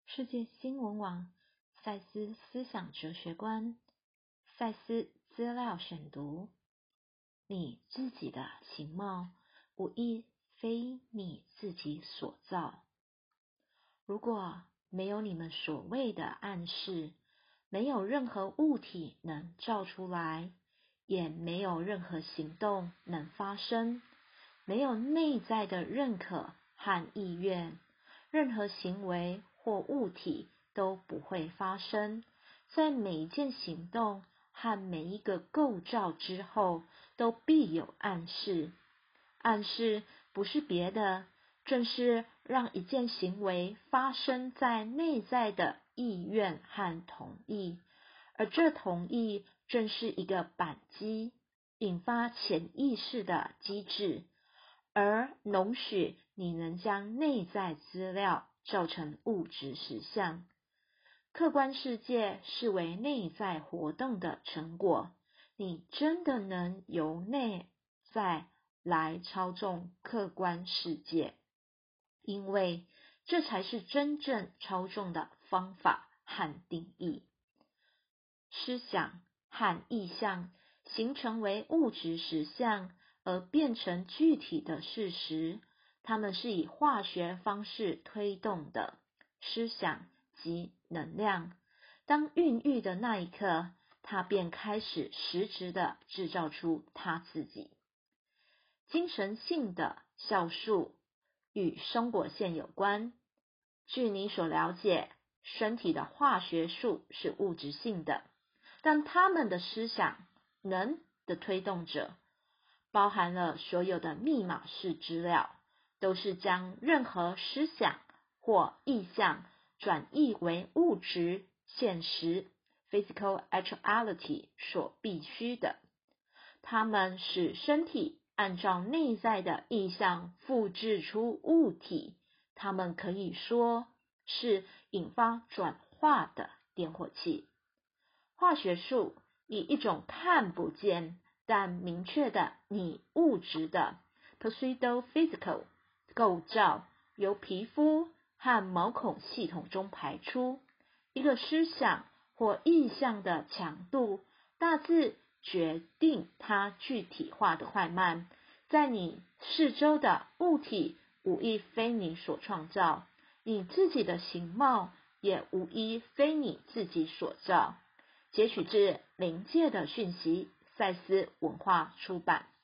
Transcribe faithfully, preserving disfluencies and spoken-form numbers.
世界新闻网赛斯思想哲学观，赛斯资料选读。你自己的形貌，无一非你自己所造。如果没有你们所谓的暗示，没有任何物体能照出来，也没有任何行动能发生，没有内在的认可和意愿，任何行为或物体都不会发生。在每一件行动和每一个构造之后，都必有暗示。暗示不是别的，正是让一件行为发生在内在的意愿和同意，而这同意正是一个扳机，引发潜意识的机制，而容许你能将内在资料造成物质实相。客观世界视为内在活动的成果，你真的能由内在来操纵客观世界，因为这才是真正操纵的方法和定义。思想和意象形成为物质实相，而变成具体的事实，它们是以化学方式推动的。思想即能量，当孕育的那一刻，它便开始实质地制造出它自己。精神性的酵素与松果腺有关。据你所了解，身体的化学素是物质性的，但它们的思想能的推动者，包含了所有的密码式资料，都是将任何思想或意象转译为物质现实 physical actuality 所必须的。它们使身体按照内在的意象复制出物体，它们可以说是引发转化的点火器。化学素以一种看不见但明确的拟物质的 pseudo-physical 构造，由皮肤和毛孔系统中排出。一个思想或意象的强度，大致决定它具体化的快慢。在你四周的物体无一非你所创造，你自己的形貌也无一非你自己所造。截取自灵界的讯息，赛斯文化出版。